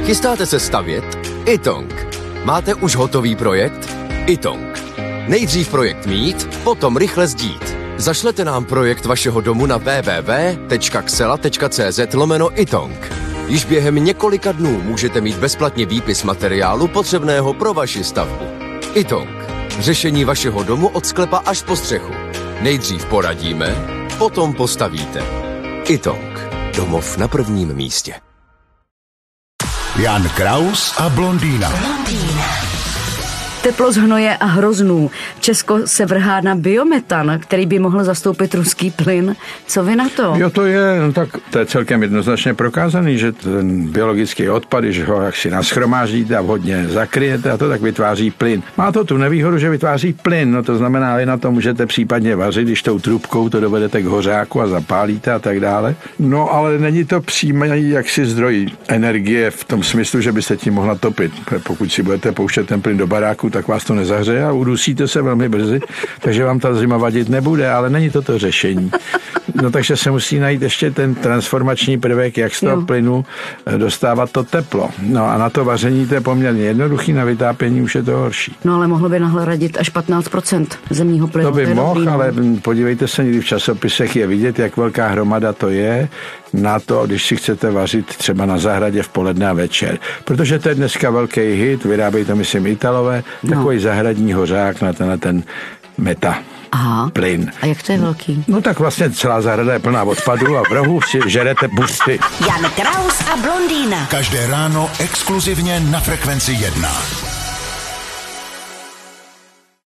Chystáte se stavět? iTong. Máte už hotový projekt? iTong. Nejdřív projekt mít, potom rychle sdít. Zašlete nám projekt vašeho domu na www.xela.cz/iTong. Již během několika dnů můžete mít bezplatně výpis materiálu potřebného pro vaši stavbu. iTong. Řešení vašeho domu od sklepa až po střechu. Nejdřív poradíme, potom postavíte. iTong. Domov na prvním místě. Jan Kraus a blondýna. Teplo z hnoje a hroznů. Česko se vrhá na biometan, který by mohl zastoupit ruský plyn. Co vy na to? Jo, to je, no tak to je celkem jednoznačně prokázaný, že ten biologický odpad, když ho jak si nashromáždíte a vhodně zakryjete a to tak vytváří plyn. Má to tu nevýhodu, že vytváří plyn, no to znamená, že na to můžete případně vařit, když tou trubkou to dovedete k hořáku a zapálíte a tak dále. No ale není to přímý jaksi zdroj energie v tom smyslu, že byste tím mohla topit. Pokud si budete pouštět ten plyn do baráku, tak vás to nezahřeje a udusíte se velmi brzy, takže vám ta zima vadit nebude, ale není to řešení. No takže se musí najít ještě ten transformační prvek, jak z toho plynu dostávat to teplo. No a na to vaření to je poměrně jednoduchý, na vytápění už je to horší. No ale mohlo by nahradit až 15% zemního plynu. To by mohl, ale podívejte se, někdy v časopisech je vidět, jak velká hromada to je na to, když si chcete vařit třeba na zahradě v poledne a večer. Protože to je dneska velký hit, vyrábějí to, myslím, Italové, takový zahradní hořák na ten meta. Aha. Plyn. A jak to je velký? No tak vlastně celá zahrada je plná odpadů a v rohu si žerete busty. Jan Kraus a blondýna. Každé ráno exkluzivně na Frekvenci 1.